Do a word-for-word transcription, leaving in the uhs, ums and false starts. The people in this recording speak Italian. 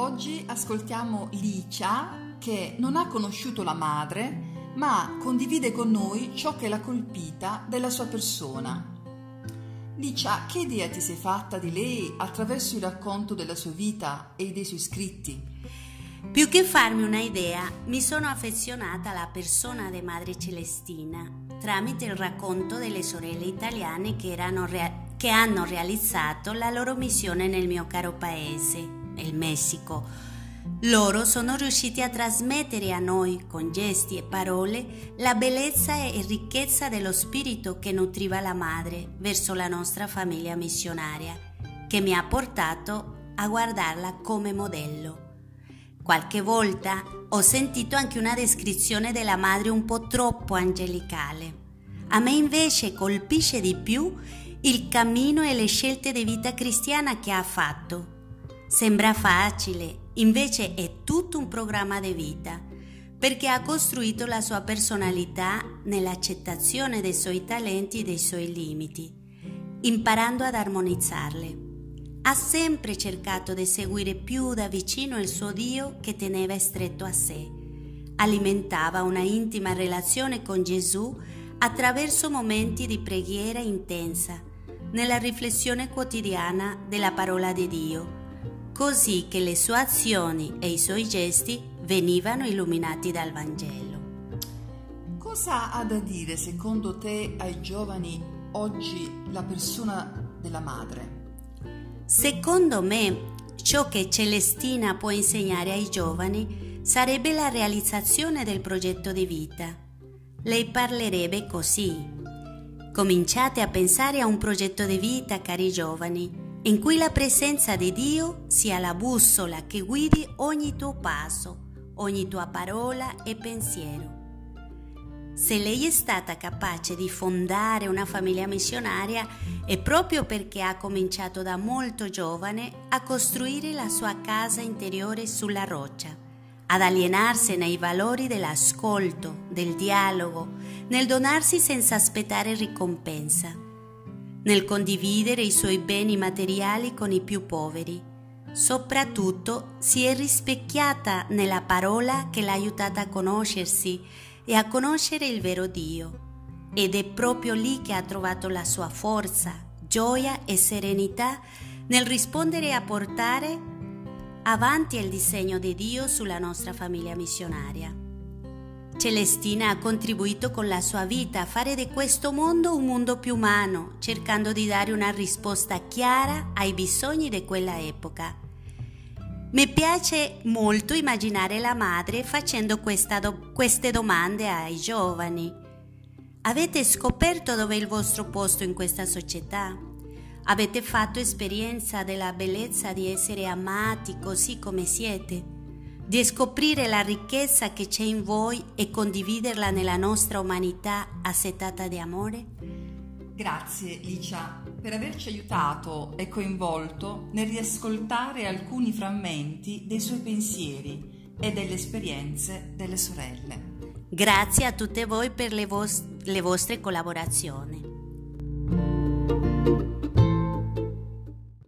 Oggi ascoltiamo Licia, che non ha conosciuto la madre, ma condivide con noi ciò che l'ha colpita della sua persona. Licia, che idea ti sei fatta di lei attraverso il racconto della sua vita e dei suoi scritti? Più che farmi una idea, mi sono affezionata alla persona di Madre Celestina tramite il racconto delle sorelle italiane che, erano rea- che hanno realizzato la loro missione nel mio caro paese, il Messico. Loro sono riusciti a trasmettere a noi, con gesti e parole, la bellezza e ricchezza dello spirito che nutriva la madre verso la nostra famiglia missionaria, che mi ha portato a guardarla come modello. Qualche volta ho sentito anche una descrizione della madre un po' troppo angelicale. A me invece colpisce di più il cammino e le scelte di vita cristiana che ha fatto. Sembra facile, invece è tutto un programma di vita, perché ha costruito la sua personalità nell'accettazione dei suoi talenti e dei suoi limiti, imparando ad armonizzarle. Ha sempre cercato di seguire più da vicino il suo Dio che teneva stretto a sé. Alimentava una intima relazione con Gesù attraverso momenti di preghiera intensa, nella riflessione quotidiana della parola di Dio, così che le sue azioni e i suoi gesti venivano illuminati dal Vangelo. Cosa ha da dire secondo te ai giovani oggi la persona della madre? Secondo me, ciò che Celestina può insegnare ai giovani sarebbe la realizzazione del progetto di vita. Lei parlerebbe così: cominciate a pensare a un progetto di vita, cari giovani, in cui la presenza di Dio sia la bussola che guidi ogni tuo passo, ogni tua parola e pensiero. Se lei è stata capace di fondare una famiglia missionaria è proprio perché ha cominciato da molto giovane a costruire la sua casa interiore sulla roccia, ad alienarsi nei valori dell'ascolto, del dialogo, nel donarsi senza aspettare ricompensa, nel condividere i suoi beni materiali con i più poveri. Soprattutto si è rispecchiata nella parola che l'ha aiutata a conoscersi e a conoscere il vero Dio. Ed è proprio lì che ha trovato la sua forza, gioia e serenità nel rispondere e a portare avanti il disegno di Dio sulla nostra famiglia missionaria. Celestina ha contribuito con la sua vita a fare di questo mondo un mondo più umano, cercando di dare una risposta chiara ai bisogni di quella epoca. Mi piace molto immaginare la madre facendo questa do- queste domande ai giovani. Avete scoperto dove è il vostro posto in questa società? Avete fatto esperienza della bellezza di essere amati così come siete? Di scoprire la ricchezza che c'è in voi e condividerla nella nostra umanità assetata di amore? Grazie Licia per averci aiutato e coinvolto nel riascoltare alcuni frammenti dei suoi pensieri e delle esperienze delle sorelle. Grazie a tutte voi per le, vos- le vostre collaborazioni.